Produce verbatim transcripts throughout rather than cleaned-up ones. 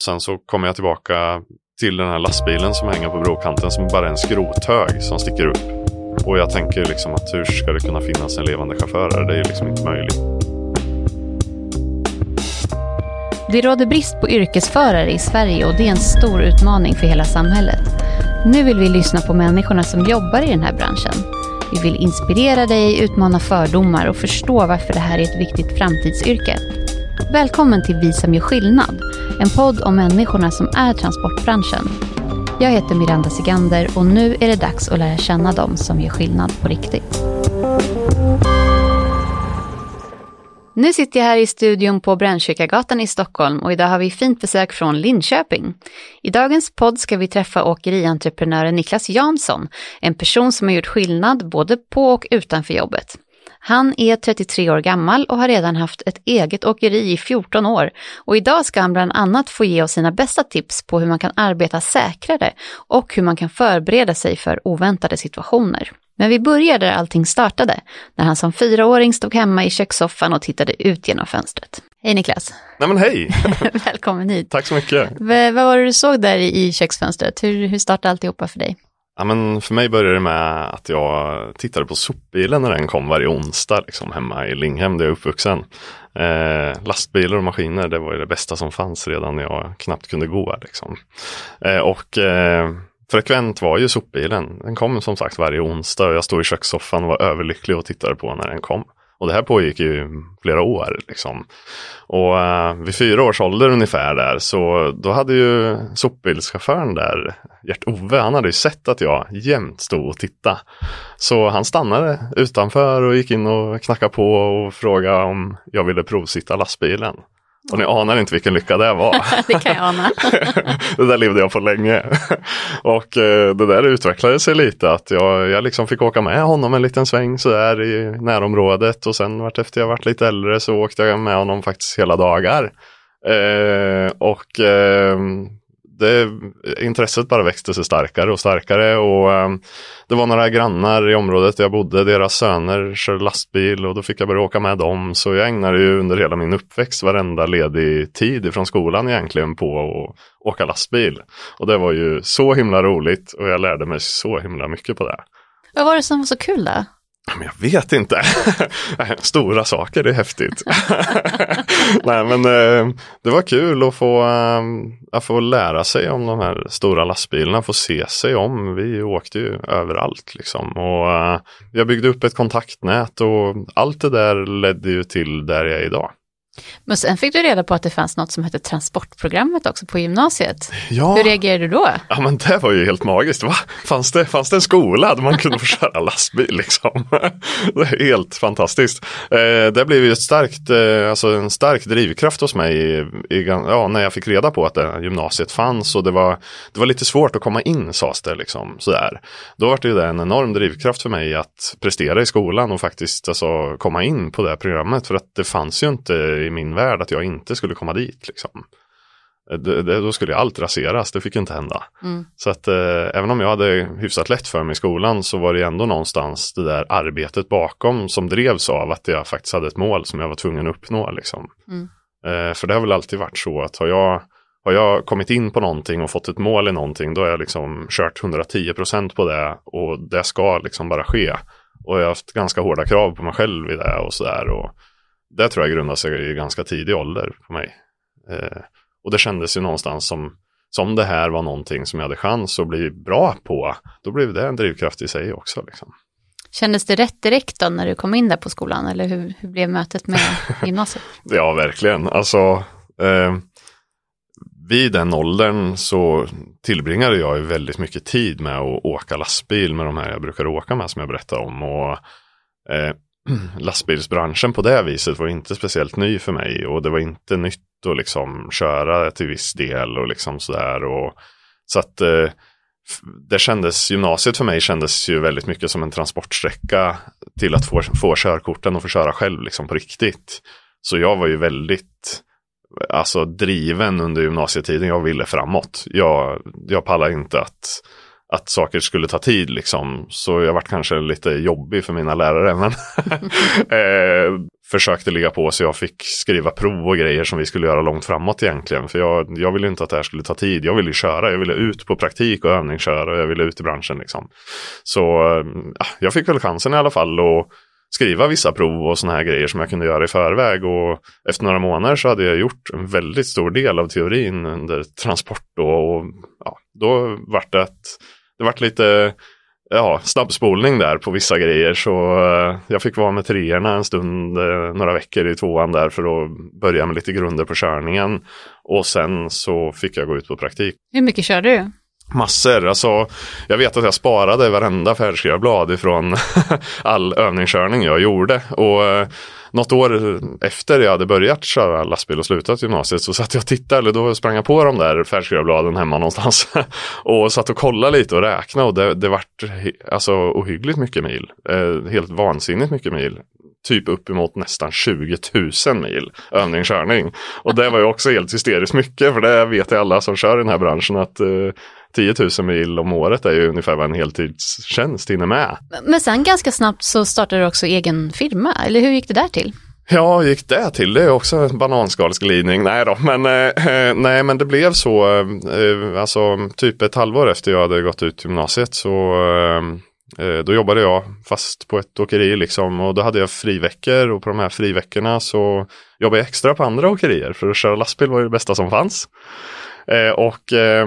Sen så kommer jag tillbaka till den här lastbilen som hänger på brokanten som bara är en skrothög som sticker upp. Och jag tänker liksom att hur ska det kunna finnas en levande chaufför här? Det är liksom inte möjligt. Det råder brist på yrkesförare i Sverige och det är en stor utmaning för hela samhället. Nu vill vi lyssna på människorna som jobbar i den här branschen. Vi vill inspirera dig, utmana fördomar och förstå varför det här är ett viktigt framtidsyrke. Välkommen till Vi som gör skillnad, en podd om människorna som är transportbranschen. Jag heter Miranda Sigander och nu är det dags att lära känna dem som gör skillnad på riktigt. Nu sitter jag här i studion på Brännkyrkagatan i Stockholm och idag har vi fint besök från Linköping. I dagens podd ska vi träffa åkerientreprenören Niklas Jansson, en person som har gjort skillnad både på och utanför jobbet. Han är trettiotre år gammal och har redan haft ett eget åkeri i fjorton år och idag ska han bland annat få ge oss sina bästa tips på hur man kan arbeta säkrare och hur man kan förbereda sig för oväntade situationer. Men vi börjar där allting startade, när han som fyraåring stod hemma i kökssoffan och tittade ut genom fönstret. Hej Niklas! Nej men hej! Välkommen hit! Tack så mycket! V- vad var det du såg där i, i köksfönstret? Hur, hur startade alltihopa för dig? Ja, men för mig började det med att jag tittade på sopbilen när den kom varje onsdag liksom, hemma i Linghem där jag är uppvuxen. Eh, lastbilar och maskiner, det var ju det bästa som fanns redan när jag knappt kunde gå. Liksom. Eh, och eh, frekvent var ju sopbilen. Den kom som sagt varje onsdag och jag stod i kökssoffan och var överlycklig och tittade på när den kom. Och det här pågick ju flera år liksom. Och uh, vid fyra års ålder ungefär där så då hade ju sopbilschauffören där, Gert-Ove, han hade ju sett att jag jämt stod och tittade. Så han stannade utanför och gick in och knackade på och frågade om jag ville provsitta lastbilen. Och ni anar inte vilken lycka det var. Det kan jag ana. Det där levde jag på länge. Och eh, det där utvecklade sig lite. Att jag, jag liksom fick åka med honom en liten sväng så där i närområdet. Och sen vart efter jag varit lite äldre så åkte jag med honom faktiskt hela dagar. Eh, och eh, det, intresset bara växte sig starkare och starkare. Och eh, det var några grannar i området där jag bodde. Deras söner körde lastbil och då fick jag börja åka med dem. Så jag ägnade ju under hela min uppväxt varenda ledig tid från skolan egentligen på att åka lastbil. Och det var ju så himla roligt och jag lärde mig så himla mycket på det. Vad var det som var så kul då? Men jag vet inte. Stora saker, det är häftigt. Nej, men eh, det var kul att få, eh, att få lära sig om de här stora lastbilarna, få se sig om. Vi åkte ju överallt liksom. Och eh, jag byggde upp ett kontaktnät och allt det där ledde ju till där jag är idag. Men sen fick du reda på att det fanns något som hette transportprogrammet också på gymnasiet. Ja. Hur reagerade du då? Ja, men det var ju helt magiskt. Va? Fanns det, fanns det en skola där man kunde få köra lastbil liksom? Det är helt fantastiskt. Eh, det blev ju ett starkt, eh, alltså en stark drivkraft hos mig i, i, ja, när jag fick reda på att det, gymnasiet fanns. Och det var, det var lite svårt att komma in, sades det liksom. Sådär. Då var det ju en enorm drivkraft för mig att prestera i skolan och faktiskt alltså, komma in på det programmet. För att det fanns ju inte i min värld att jag inte skulle komma dit liksom. Det, det, då skulle allt raseras, det fick ju inte hända. Mm. Så att eh, även om jag hade hyfsat lätt för mig i skolan så var det ändå någonstans det där arbetet bakom som drevs av att jag faktiskt hade ett mål som jag var tvungen att uppnå liksom. Mm. Eh, för det har väl alltid varit så att har jag, har jag kommit in på någonting och fått ett mål i någonting, då har jag liksom kört hundratio procent på det och det ska liksom bara ske. Och jag har haft ganska hårda krav på mig själv i det och sådär, och det tror jag grundar sig i ganska tidig ålder på mig. Eh, och det kändes ju någonstans som, som det här var någonting som jag hade chans att bli bra på. Då blev det en drivkraft i sig också. Liksom. Kändes det rätt direkt då när du kom in där på skolan? Eller hur, hur blev mötet med gymnasiet? Ja, verkligen. Alltså, eh, vid den åldern så tillbringade jag ju väldigt mycket tid med att åka lastbil med de här jag brukar åka med som jag berättar om. Och eh, lastbilsbranschen på det viset var inte speciellt ny för mig och det var inte nytt att liksom köra till viss del och liksom sådär, och så att eh, det kändes, gymnasiet för mig kändes ju väldigt mycket som en transportsträcka till att få, få körkorten och få köra själv liksom på riktigt. Så jag var ju väldigt alltså driven under gymnasietiden, jag ville framåt. Jag, jag pallade inte att att saker skulle ta tid liksom. Så jag varit kanske lite jobbig för mina lärare, men eh, försökte ligga på så jag fick skriva prov och grejer som vi skulle göra långt framåt egentligen. För jag, jag ville inte att det här skulle ta tid. Jag ville köra, jag ville ut på praktik och övningsköra och jag ville ut i branschen liksom. Så ja, jag fick väl chansen i alla fall att skriva vissa prov och såna här grejer som jag kunde göra i förväg, och efter några månader så hade jag gjort en väldigt stor del av teorin under transport då, och ja, då vart det att det vart lite ja, snabbspolning där på vissa grejer, så uh, jag fick vara med treorna en stund, uh, några veckor i tvåan där för att börja med lite grunder på körningen, och sen så fick jag gå ut på praktik. Hur mycket körde du? Massor, alltså jag vet att jag sparade varenda färdskrivblad ifrån all övningskörning jag gjorde, och eh, något år efter jag hade börjat köra lastbil och slutat gymnasiet så satt jag och tittade, eller då sprang jag på de där färdskrivbladen hemma någonstans och satt och kollade lite och räknade, och det, det vart alltså ohyggligt mycket mil, eh, helt vansinnigt mycket mil. Typ uppemot nästan tjugo tusen mil övningskörning. Och det var ju också helt hysteriskt mycket, för det vet ju alla som kör i den här branschen att eh, tio tusen mil om året är ju ungefär vad en heltidstjänst hinner med. Men sen ganska snabbt så startade du också egen firma, eller hur gick det där till? Ja, gick det till? Det är också en bananskalsglidning. Nej då, men, eh, nej, men det blev så, eh, alltså typ ett halvår efter jag hade gått ut gymnasiet så eh, då jobbade jag fast på ett åkeri liksom, och då hade jag friveckor, och på de här friveckorna så jobbade jag extra på andra åkerier, för att köra lastbil var ju det bästa som fanns. Eh, och eh,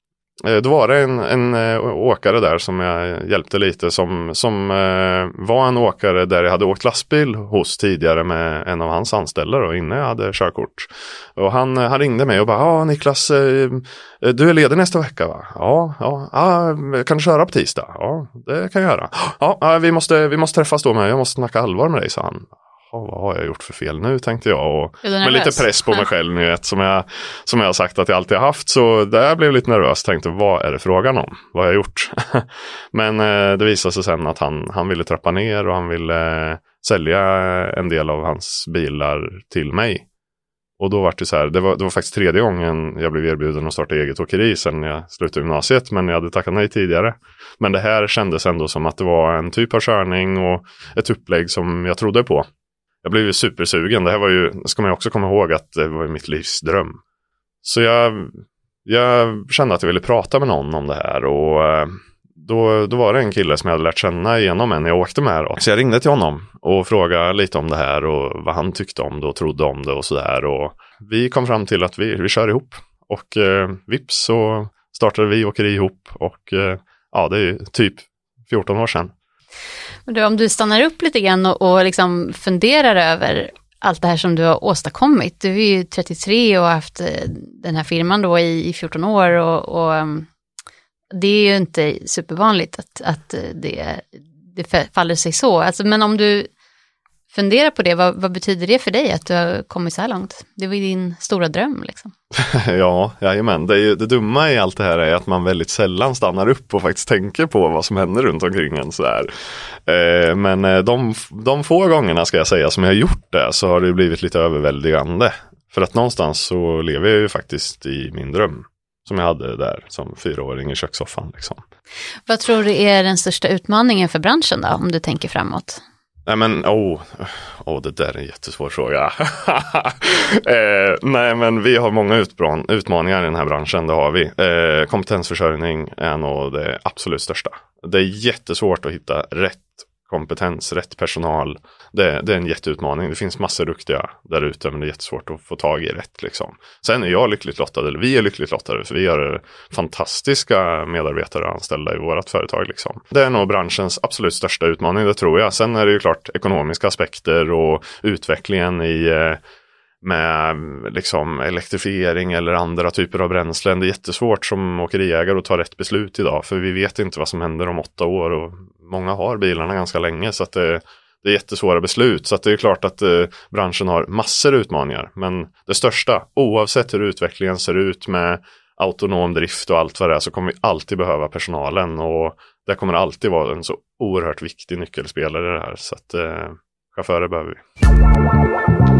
då var det en, en åkare där som jag hjälpte lite, som, som eh, var en åkare där jag hade åkt lastbil hos tidigare med en av hans anställda då, innan jag hade körkort. Och han, han ringde mig och bara, ja Niklas, eh, du är ledig nästa vecka va? Ja, ja, ja, kan du köra på tisdag? Ja, det kan jag göra. Ja, vi måste, vi måste träffas då med, jag måste snacka allvar med dig, sa han. Oh, vad har jag gjort för fel nu, tänkte jag, och med lite press på mig själv nu, som jag, som jag har sagt att jag alltid har haft, så där blev jag lite nervös, tänkte vad är det frågan om, vad har jag gjort? Men eh, det visade sig sen att han, han ville trappa ner, och han ville eh, sälja en del av hans bilar till mig, och då var det så här, det var, det var faktiskt tredje gången jag blev erbjuden att starta eget åkeri sen jag slutade gymnasiet, men jag hade tackat nej tidigare. Men det här kändes ändå som att det var en typ av körning och ett upplägg som jag trodde på. Jag blev ju supersugen. Det här var ju, ska man också komma ihåg att det var mitt livs dröm. Så jag, jag kände att jag ville prata med någon om det här, och då, då var det en kille som jag hade lärt känna igenom en när jag åkte med. Då. Så jag ringde till honom och frågade lite om det här och vad han tyckte om det och trodde om det och sådär. Och vi kom fram till att vi, vi kör ihop, och eh, vips så startade vi åkeri ihop, och eh, ja, det är ju typ fjorton år sedan. Du, om du stannar upp lite grann och, och liksom funderar över allt det här som du har åstadkommit. Du är ju trettiotre och har haft den här firman då i, i fjorton år, och, och det är ju inte supervanligt att, att det, det faller sig så. Alltså, men om du funderar på det, vad, vad betyder det för dig att du har kommit så här långt? Det var ju din stora dröm liksom. Ja, jajamän. Det, är ju, det dumma i allt det här är att man väldigt sällan stannar upp och faktiskt tänker på vad som händer runt omkring en sådär. Eh, men de, de få gångerna ska jag säga som jag har gjort det, så har det blivit lite överväldigande. För att någonstans så lever jag ju faktiskt i min dröm som jag hade där som fyraåring i kökssoffan liksom. Vad tror du är den största utmaningen för branschen då, om du tänker framåt? Nej men, åh, oh, oh, det där är en jättesvår fråga. eh, nej men vi har många utbran- utmaningar i den här branschen, det har vi. Eh, kompetensförsörjning är nog det absolut största. Det är jättesvårt att hitta rätt kompetens, rätt personal. Det, det är en jätteutmaning. Det finns massor duktiga där ute, men det är jättesvårt att få tag i rätt liksom. Sen är jag lyckligt lottad, eller vi är lyckligt lottade, för vi har fantastiska medarbetare anställda i vårt företag liksom. Det är nog branschens absolut största utmaning, det tror jag. Sen är det ju klart ekonomiska aspekter och utvecklingen i med liksom elektrifiering eller andra typer av bränslen. Det är jättesvårt som åkeriägare att ta rätt beslut idag, för vi vet inte vad som händer om åtta år, och många har bilarna ganska länge, så att det, det är jättesvåra beslut. Så att det är klart att eh, branschen har massor utmaningar, men det största, oavsett hur utvecklingen ser ut med autonom drift och allt vad det är, så kommer vi alltid behöva personalen, och det kommer alltid vara en så oerhört viktig nyckelspelare i det här, så att eh, chaufförer behöver vi.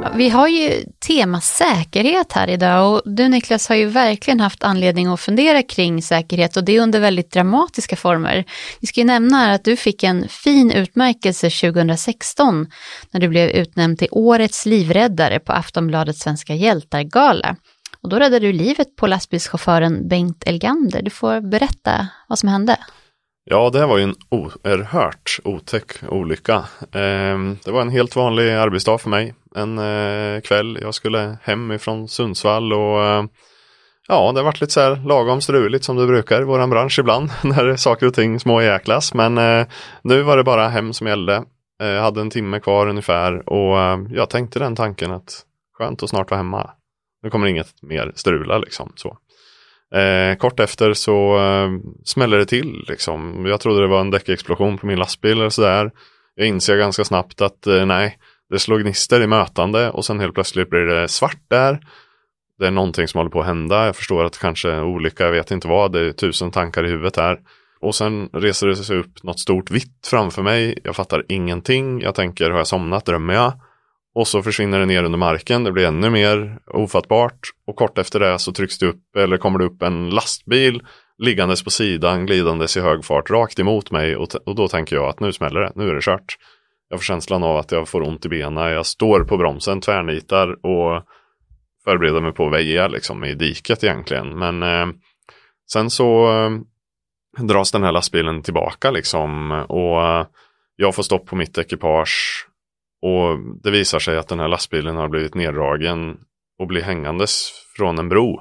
Vi har ju tema säkerhet här idag och du Niklas har ju verkligen haft anledning att fundera kring säkerhet och det under väldigt dramatiska former. Vi ska ju nämna här att du fick en fin utmärkelse tjugohundrasexton när du blev utnämnd till årets livräddare på Aftonbladets Svenska hjältar-gala. Och då räddade du livet på lastbilschauffören Bengt Elgander. Du får berätta vad som hände. Ja, det var ju en oerhört otäck olycka. Eh, det var en helt vanlig arbetsdag för mig. En eh, kväll, jag skulle hem ifrån Sundsvall och eh, ja, det har varit lite så här lagom struligt som det brukar i våran bransch ibland när saker och ting små jäklas. Men eh, nu var det bara hem som gällde. Eh, jag hade en timme kvar ungefär och eh, jag tänkte den tanken att skönt att snart vara hemma. Nu kommer inget mer strula liksom så. Eh, kort efter så eh, smäller det till liksom. Jag trodde det var en däckexplosion på min lastbil eller sådär. Jag inser ganska snabbt att eh, nej, det slår gnister i mötande och sen helt plötsligt blir det svart där. Det är någonting som håller på att hända. Jag förstår att kanske olycka, jag vet inte vad, det är tusen tankar i huvudet här. Och sen reser det sig upp något stort vitt framför mig. Jag fattar ingenting. Jag tänker, har jag somnat? Drömmer jag? Och så försvinner det ner under marken. Det blir ännu mer ofattbart. Och kort efter det så trycks det upp, eller kommer det upp en lastbil liggandes på sidan, glidandes i hög fart rakt emot mig. Och, t- och då tänker jag att nu smäller det, nu är det kört. Jag får känslan av att jag får ont i benen. Jag står på bromsen, tvärnitar och förbereder mig på att väja liksom, i diket egentligen. Men eh, sen så eh, dras den här lastbilen tillbaka liksom. Och eh, jag får stopp på mitt ekipage. Och det visar sig att den här lastbilen har blivit neddragen och blir hängandes från en bro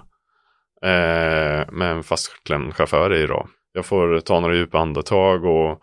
eh, med en fastklämd chaufför i då. Jag får ta några djupa andetag och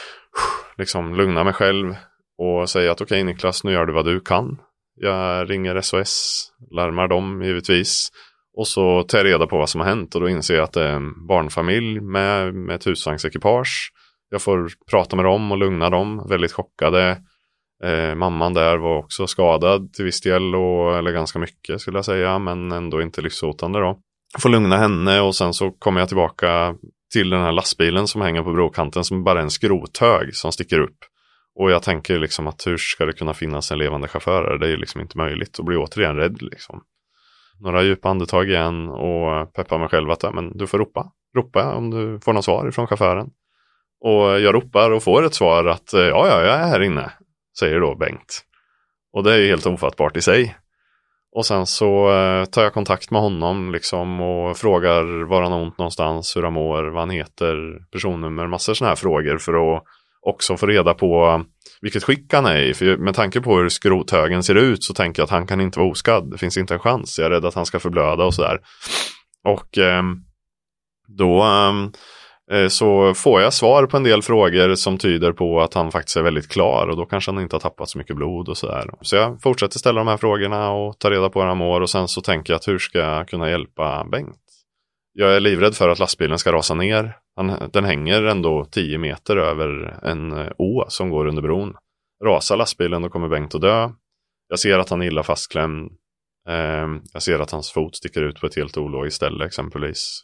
liksom lugna mig själv och säga att okej Niklas, nu gör du vad du kan. Jag ringer S O S, larmar dem givetvis och så tar jag reda på vad som har hänt och då inser jag att det är en barnfamilj med, med ett husvagnsekipage. Jag får prata med dem och lugna dem, väldigt chockade. Eh, mamman där var också skadad till viss del och, eller ganska mycket skulle jag säga, men ändå inte livshotande då. Jag får lugna henne och sen så kommer jag tillbaka till den här lastbilen som hänger på brokanten som bara är en skrothög som sticker upp. Och jag tänker liksom att hur ska det kunna finnas en levande chaufför? Det är ju liksom inte möjligt och blir återigen rädd liksom. Några djupa andetag igen och peppar mig själv att ja, men du får ropa. Ropa om du får något svar ifrån chauffören. Och jag ropar och får ett svar att ja, ja, jag är här inne. Säger då Bengt. Och det är ju helt ofattbart i sig. Och sen så eh, tar jag kontakt med honom liksom och frågar var han har ont någonstans, hur han mår, vad han heter, personnummer, massor sådana här frågor för att också få reda på vilket skick han är i. För med tanke på hur skrothögen ser ut så tänker jag att han kan inte vara oskadd. Det finns inte en chans. Jag är rädd att han ska förblöda och sådär. Och eh, då... Eh, så får jag svar på en del frågor som tyder på att han faktiskt är väldigt klar och då kanske han inte har tappat så mycket blod och sådär. Så jag fortsätter ställa de här frågorna och ta reda på hur han mår och sen så tänker jag att hur ska jag kunna hjälpa Bengt? Jag är livrädd för att lastbilen ska rasa ner. Den hänger ändå tio meter över en å som går under bron. Rasar lastbilen då kommer Bengt att dö. Jag ser att han är illa fastklämd. Jag ser att hans fot sticker ut på ett helt ologiskt ställe exempelvis.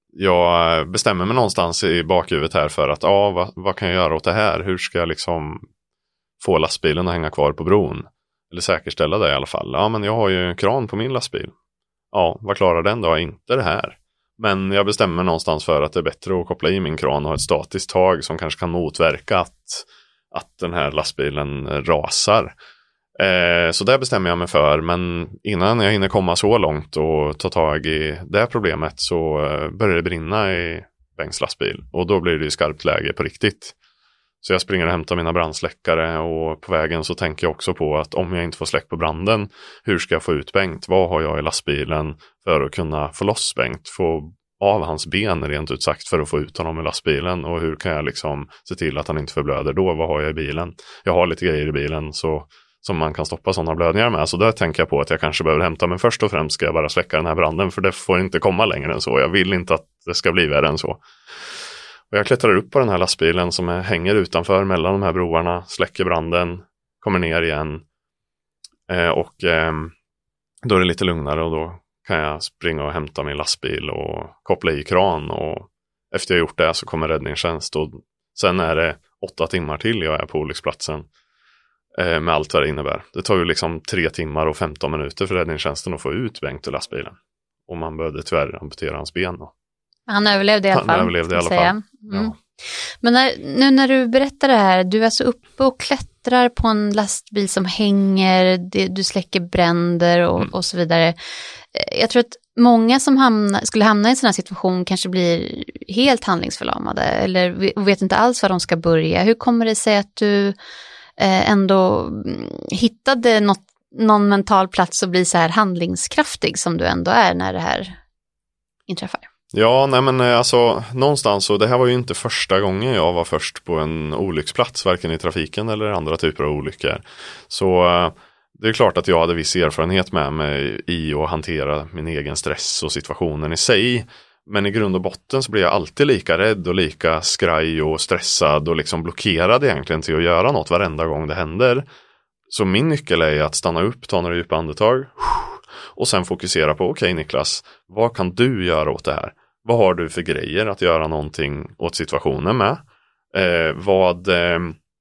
Jag bestämmer mig någonstans i bakhuvudet här för att ja, vad, vad kan jag göra åt det här? Hur ska jag liksom få lastbilen att hänga kvar på bron? Eller säkerställa det i alla fall. Ja, men jag har ju en kran på min lastbil. Ja, vad klarar den då? Inte det här. Men jag bestämmer någonstans för att det är bättre att koppla i min kran och ha ett statiskt tag som kanske kan motverka att, att den här lastbilen rasar. Eh, så det bestämmer jag mig för, men innan jag hinner komma så långt och ta tag i det problemet så eh, börjar det brinna i Bengts lastbil och då blir det ju skarpt läge på riktigt. Så jag springer och hämtar mina brandsläckare och på vägen så tänker jag också på att om jag inte får släck på branden, hur ska jag få ut Bengt? Vad har jag i lastbilen för att kunna få loss Bengt? Få av hans ben rent ut sagt för att få ut honom i lastbilen och hur kan jag liksom se till att han inte förblöder då? Vad har jag i bilen? Jag har lite grejer i bilen så som man kan stoppa sådana blödningar med. Så där tänker jag på att jag kanske behöver hämta, men först och främst ska jag bara släcka den här branden för det får inte komma längre än så. Jag vill inte att det ska bli värre än så. Och jag klättrar upp på den här lastbilen som är, hänger utanför mellan de här broarna, släcker branden, kommer ner igen eh, och eh, då är det lite lugnare och då kan jag springa och hämta min lastbil och koppla i kran och efter jag gjort det så kommer räddningstjänst och sen är det åtta timmar till jag är på olycksplatsen. eh, med allt vad det innebär. Det tar ju liksom tre timmar och femton minuter för räddningstjänsten att få ut Bengt ur lastbilen. Och man behövde tyvärr amputera hans ben då. Han överlevde i alla Han fall. överlevde i alla säga. fall. Mm. Ja. Men när, nu när du berättar det här, du är alltså uppe och klättrar på en lastbil som hänger, det, du släcker bränder och, mm. och så vidare. Jag tror att många som hamna, skulle hamna i en sån här situation kanske blir helt handlingsförlamade eller vet inte alls var de ska börja. Hur kommer det sig att du eh, ändå hittade något, någon mental plats och blir så här handlingskraftig som du ändå är när det här inträffar? Ja, nej men alltså någonstans, och det här var ju inte första gången jag var först på en olycksplats, varken i trafiken eller andra typer av olyckor. Så det är klart att jag hade viss erfarenhet med mig i att hantera min egen stress och situationen i sig. Men i grund och botten så blir jag alltid lika rädd och lika skraj och stressad och liksom blockerad egentligen till att göra något varenda gång det händer. Så min nyckel är att stanna upp, ta några djupa andetag och sen fokusera på, okej okay, Niklas, vad kan du göra åt det här? Vad har du för grejer att göra någonting åt situationen med? Eh, vad eh,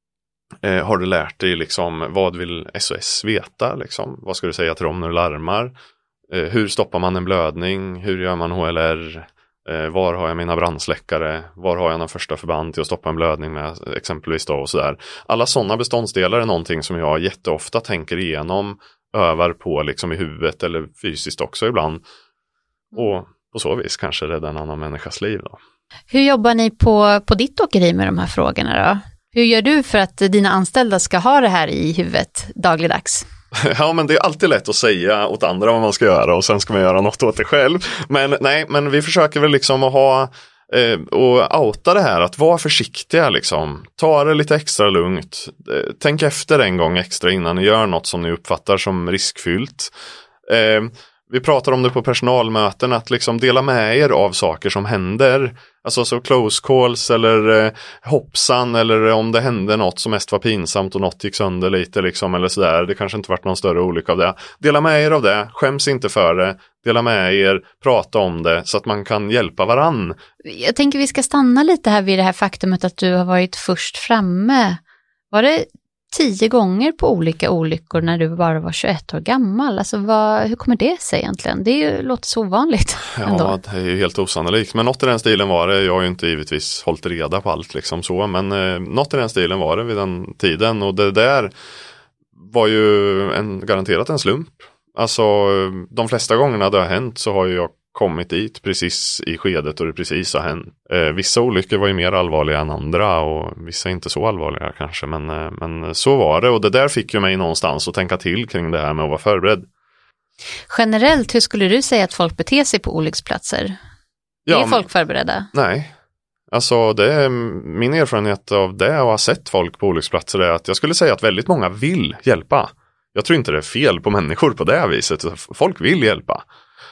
eh, har du lärt dig liksom, vad vill S O S veta liksom? Vad ska du säga till dem när du larmar? Eh, hur stoppar man en blödning? Hur gör man H L R? Eh, var har jag mina brandsläckare? Var har jag någon första förband till att stoppa en blödning med exempelvis då och sådär. Alla sådana beståndsdelar är någonting som jag jätteofta tänker igenom, övar på liksom i huvudet eller fysiskt också ibland. Och på så vis kanske rädda en annan människas liv då. Hur jobbar ni på, på ditt åkeri med de här frågorna då? Hur gör du för att dina anställda ska ha det här i huvudet dagligdags? Ja, men det är alltid lätt att säga åt andra vad man ska göra och sen ska man göra något åt det själv. Men nej, men vi försöker väl liksom att ha eh, och outa det här, att vara försiktiga liksom. Ta det lite extra lugnt. Eh, tänk efter en gång extra innan ni gör något som ni uppfattar som riskfyllt. Eh, Vi pratar om det på personalmöten, att liksom dela med er av saker som händer. Alltså så close calls eller eh, hoppsan, eller om det hände något som mest var pinsamt och något gick sönder lite liksom, eller sådär. Det kanske inte varit någon större olycka av det. Dela med er av det, skäms inte för det. Dela med er, prata om det så att man kan hjälpa varann. Jag tänker vi ska stanna lite här vid det här faktumet att du har varit först framme. Var det tio gånger på olika olyckor när du bara var tjugoett år gammal? Alltså vad, hur kommer det sig egentligen? Det är ju, låter så ovanligt. Ändå. Ja, det är ju helt osannolikt. Men något i den stilen var det. Jag har ju inte givetvis hållit reda på allt liksom så. Men eh, något i den stilen var det vid den tiden. Och det där var ju en, garanterat en slump. Alltså de flesta gångerna det har hänt så har ju jag kommit dit precis i skedet och det precis har hänt. Eh, vissa olyckor var ju mer allvarliga än andra och vissa inte så allvarliga kanske, men, eh, men så var det, och det där fick ju mig någonstans att tänka till kring det här med att vara förberedd. Generellt, hur skulle du säga att folk beter sig på olycksplatser? Ja, är folk förberedda? Nej. Alltså det är min erfarenhet av det och har sett folk på olycksplatser är att jag skulle säga att väldigt många vill hjälpa. Jag tror inte det är fel på människor på det viset. Folk vill hjälpa.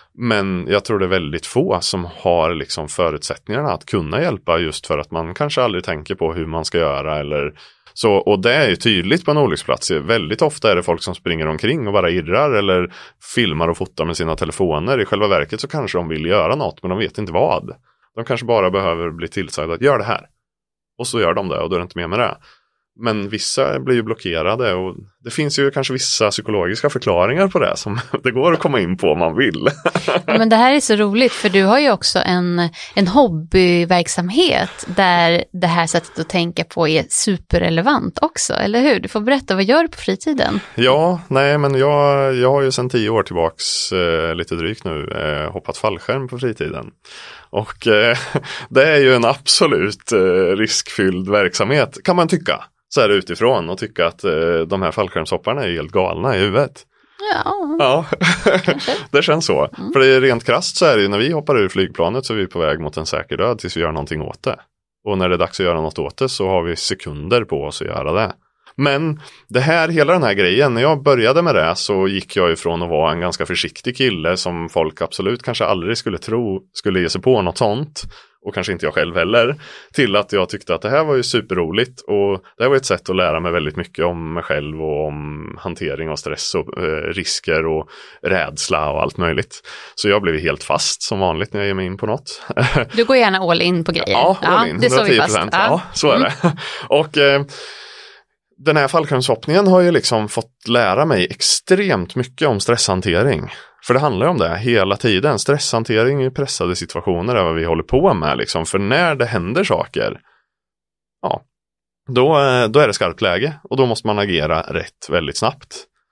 Men jag tror det är väldigt få som har liksom förutsättningarna att kunna hjälpa, just för att man kanske aldrig tänker på hur man ska göra. Eller så, och det är ju tydligt på en olycksplats. Väldigt ofta är det folk som springer omkring och bara irrar eller filmar och fotar med sina telefoner. I själva verket så kanske de vill göra något, men de vet inte vad. De kanske bara behöver bli tillsagda att göra det här. Och så gör de det och då är det inte mer med det. Men vissa blir ju blockerade, och det finns ju kanske vissa psykologiska förklaringar på det som det går att komma in på om man vill. Ja, men det här är så roligt, för du har ju också en, en hobbyverksamhet där det här sättet att tänka på är superrelevant också, eller hur? Du får berätta, vad gör du på fritiden? Ja, nej men jag, jag har ju sedan tio år tillbaks, eh, lite drygt nu, eh, hoppat fallskärm på fritiden. Och eh, det är ju en absolut eh, riskfylld verksamhet, kan man tycka. Så här utifrån, och tycka att eh, de här fallskärmshopparna är helt galna i huvudet. Ja, ja. Det känns så. Mm. För det är rent krasst så är det ju, när vi hoppar ur flygplanet så är vi på väg mot en säker död tills vi gör någonting åt det. Och när det är dags att göra något åt det så har vi sekunder på oss att göra det. Men det här, hela den här grejen, när jag började med det så gick jag ifrån att vara en ganska försiktig kille som folk absolut kanske aldrig skulle tro skulle ge sig på något sånt. Och kanske inte jag själv heller, till att jag tyckte att det här var ju superroligt, och det här var ett sätt att lära mig väldigt mycket om mig själv och om hantering av stress och eh, risker och rädsla och allt möjligt. Så jag blev helt fast som vanligt när jag ger mig in på något. Du går gärna all in på grejer. Ja, all in, ja, det hundratio procent. Ja. ja, så är mm. det. Och eh, den här fallskärmshoppningen har ju liksom fått lära mig extremt mycket om stresshantering. För det handlar ju om det hela tiden. Stresshantering i pressade situationer är vad vi håller på med liksom. För när det händer saker, ja, då, då är det skarpt läge. Och då måste man agera rätt väldigt snabbt.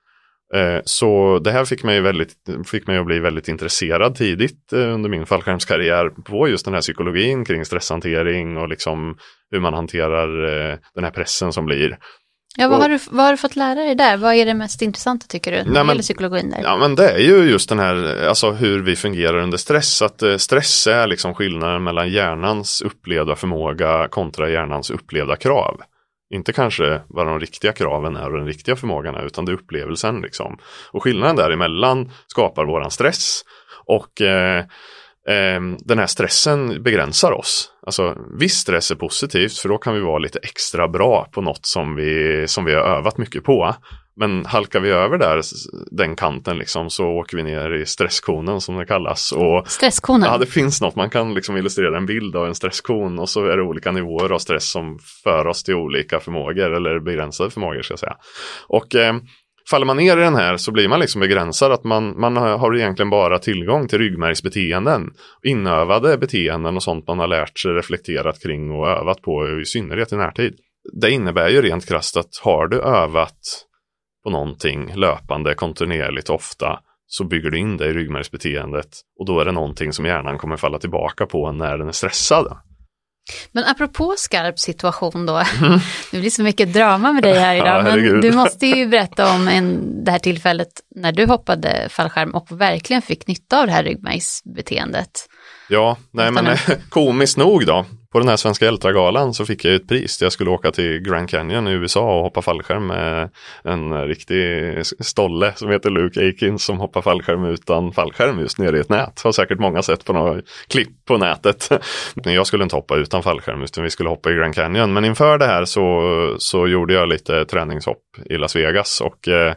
Eh, så det här fick mig, väldigt, fick mig att bli väldigt intresserad tidigt eh, under min fallskärmskarriär på just den här psykologin kring stresshantering och liksom hur man hanterar eh, den här pressen som blir. Ja, vad, och, har du, vad har du fått lära dig där? Vad är det mest intressanta tycker du? När det gäller psykologin där? Ja, men det är ju just den här, alltså hur vi fungerar under stress. Att eh, stress är liksom skillnaden mellan hjärnans upplevda förmåga kontra hjärnans upplevda krav. Inte kanske vad de riktiga kraven är och den riktiga förmågan är, utan det är upplevelsen liksom. Och skillnaden däremellan skapar våran stress. Och eh, eh, den här stressen begränsar oss. Alltså viss stress är positivt, för då kan vi vara lite extra bra på något som vi, som vi har övat mycket på. Men halkar vi över där, den kanten liksom, så åker vi ner i stresskonen som det kallas. Och, stresskonen? Ja, det finns något. Man kan liksom illustrera en bild av en stresskon och så är det olika nivåer av stress som för oss till olika förmågor eller begränsade förmågor ska jag säga. Och eh, faller man ner i den här så blir man liksom begränsad att man, man har egentligen bara tillgång till ryggmärgsbeteenden, inövade beteenden och sånt man har lärt sig reflekterat kring och övat på i synnerhet i närtid. Det innebär ju rent krasst att har du övat på någonting löpande, kontinuerligt ofta, så bygger du in det i ryggmärgsbeteendet och då är det någonting som hjärnan kommer falla tillbaka på när den är stressad. Men apropå skarp situation då, mm. det blir så mycket drama med dig här idag, ja, men du måste ju berätta om en, det här tillfället när du hoppade fallskärm och verkligen fick nytta av det här ryggmärgsbeteendet. Ja, nej men komiskt nog då, på den här svenska Ultragalan så fick jag ett pris där jag skulle åka till Grand Canyon i U S A och hoppa fallskärm med en riktig stolle som heter Luke Aikins som hoppar fallskärm utan fallskärm just nere i ett nät. Har säkert många sett på några klipp på nätet. Men jag skulle inte hoppa utan fallskärm utan vi skulle hoppa i Grand Canyon. Men inför det här så, så gjorde jag lite träningshopp i Las Vegas och eh,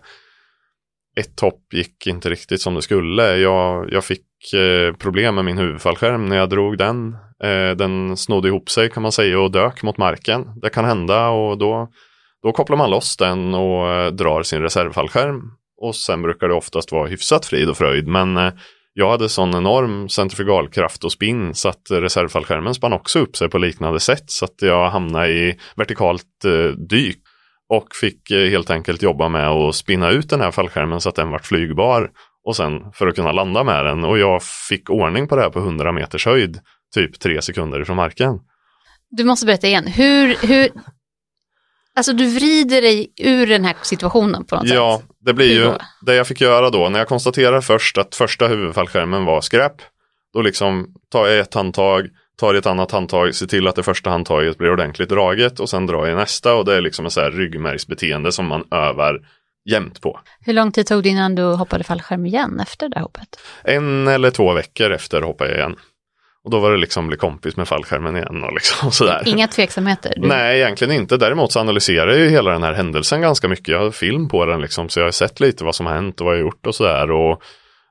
ett hopp gick inte riktigt som det skulle. Jag, jag fick eh, problem med min huvudfallskärm när jag drog den. Eh, den snodde ihop sig kan man säga och dök mot marken. Det kan hända och då, då kopplar man loss den och eh, drar sin reservfallskärm. Och sen brukar det oftast vara hyfsat frid och fröjd. Men eh, jag hade sån enorm centrifugalkraft och spinn så att reservfallskärmen spann också upp sig på liknande sätt. Så att jag hamnade i vertikalt eh, dyk. Och fick helt enkelt jobba med att spinna ut den här fallskärmen så att den var flygbar. Och sen för att kunna landa med den. Och jag fick ordning på det här på hundra meters höjd. Typ tre sekunder från marken. Du måste berätta igen. Hur, hur... Alltså du vrider dig ur den här situationen på något sätt. Ja, det blir ju det jag fick göra då. När jag konstaterar först att första huvudfallskärmen var skräp. Då liksom tar jag ett handtag. Tar ett annat handtag, ser till att det första handtaget blir ordentligt draget och sen drar jag nästa och det är liksom en så här ryggmärgsbeteende som man övar jämt på. Hur lång tid tog det innan du hoppade fallskärm igen efter det här hoppet? En eller två veckor efter hoppade jag igen. Och då var det liksom bli kompis med fallskärmen igen och liksom sådär. Inga tveksamheter? Du... Nej, egentligen inte. Däremot så analyserar jag ju hela den här händelsen ganska mycket. Jag har film på den liksom så jag har sett lite vad som har hänt och vad jag har gjort och sådär och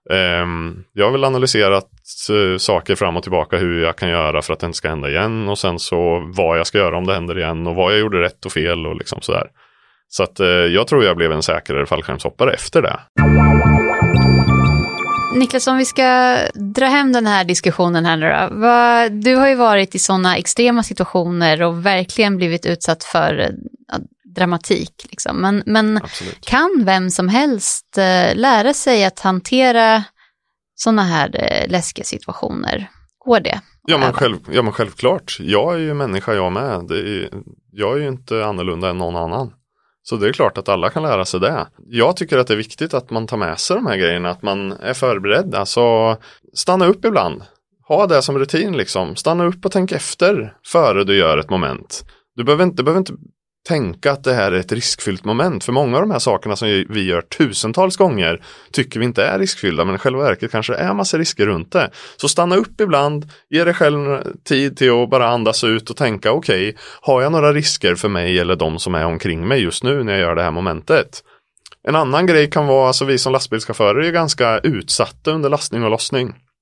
Um, jag har väl analyserat uh, saker fram och tillbaka hur jag kan göra för att det inte ska hända igen och sen så vad jag ska göra om det händer igen och vad jag gjorde rätt och fel och liksom sådär. Så att uh, jag tror jag blev en säkrare fallskärmshoppare efter det. Niklas, om vi ska dra hem den här diskussionen här nu då. Vad, du har ju varit i sådana extrema situationer och verkligen blivit utsatt för uh, dramatik liksom. Men, men kan vem som helst eh, lära sig att hantera sådana här eh, läskiga situationer? Går det? Ja men, själv, ja men självklart. Jag är ju människa jag med. Det är, jag är ju inte annorlunda än någon annan. Så det är klart att alla kan lära sig det. Jag tycker att det är viktigt att man tar med sig de här grejerna. Att man är förberedd. Alltså stanna upp ibland. Ha det som rutin liksom. Stanna upp och tänk efter före du gör ett moment. Du behöver inte, du behöver inte tänka att det här är ett riskfyllt moment. För många av de här sakerna som vi gör tusentals gånger tycker vi inte är riskfyllda. Men i själva verket kanske det är massa risker runt det. Så stanna upp ibland. Ge dig själv tid till att bara andas ut och tänka okej, okay, har jag några risker för mig eller de som är omkring mig just nu när jag gör det här momentet? En annan grej kan vara, alltså vi som lastbilschaufförer är ganska utsatta under lastning och lossning.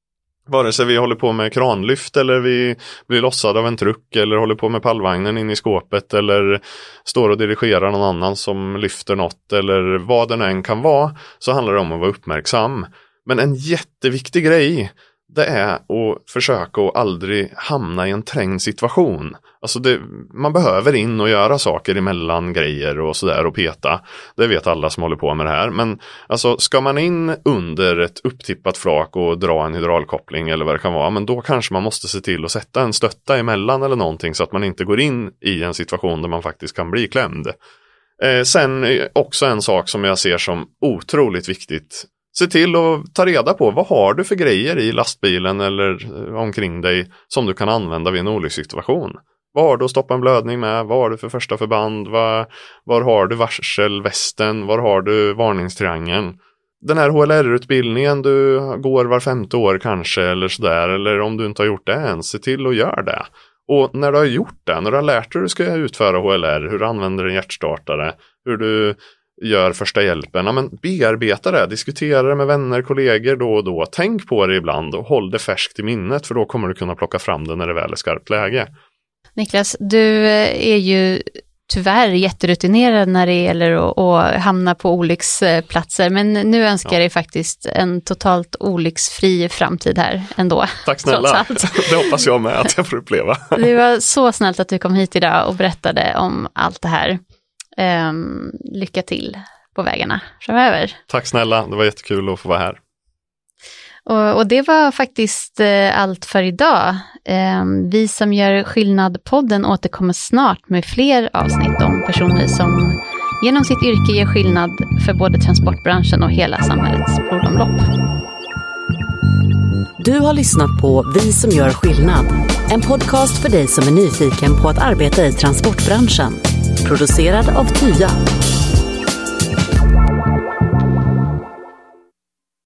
Vare sig vi håller på med kranlyft eller vi blir lossade av en truck eller håller på med pallvagnen in i skåpet eller står och dirigerar någon annan som lyfter något eller vad den än kan vara, så handlar det om att vara uppmärksam. Men en jätteviktig grej, det är att försöka att aldrig hamna i en trängd situation. Alltså det, man behöver in och göra saker emellan grejer och sådär och peta. Det vet alla som håller på med det här. Men alltså, ska man in under ett upptippat flak och dra en hydraulkoppling eller vad det kan vara, men då kanske man måste se till att sätta en stötta emellan eller någonting så att man inte går in i en situation där man faktiskt kan bli klämd. Eh, sen också en sak som jag ser som otroligt viktigt. Se till att ta reda på vad har du för grejer i lastbilen eller omkring dig som du kan använda vid en olyckssituation. Vad har du att stoppa en blödning med? Vad har du för första förband? Var, var har du varselvästen? Var har du varningstriangeln? Den här H L R-utbildningen du går var femte år kanske eller sådär. Eller om du inte har gjort det än, se till att göra det. Och när du har gjort det, när du har lärt dig hur du ska utföra H L R, hur du använder en hjärtstartare, hur du gör första hjälpen, ja, men bearbeta det, diskutera det med vänner, kollegor då och då. Tänk på det ibland och håll det färskt i minnet, för då kommer du kunna plocka fram det när det väl är skarpt läge. Niklas, du är ju tyvärr jätterutinerad när det gäller att, att hamna på olycksplatser, men nu önskar jag dig faktiskt en totalt olycksfri framtid här ändå. Tack snälla, det hoppas jag med att jag får uppleva. Det var så snällt att du kom hit idag och berättade om allt det här. Um, lycka till på vägarna framöver. Tack snälla, det var jättekul att få vara här. Och, och det var faktiskt uh, allt för idag. Um, vi som gör skillnad-podden återkommer snart med fler avsnitt om personer som genom sitt yrke ger skillnad för både transportbranschen och hela samhällets blodomlopp. Du har lyssnat på Vi som gör skillnad. En podcast för dig som är nyfiken på att arbeta i transportbranschen. Producerad av T Y A.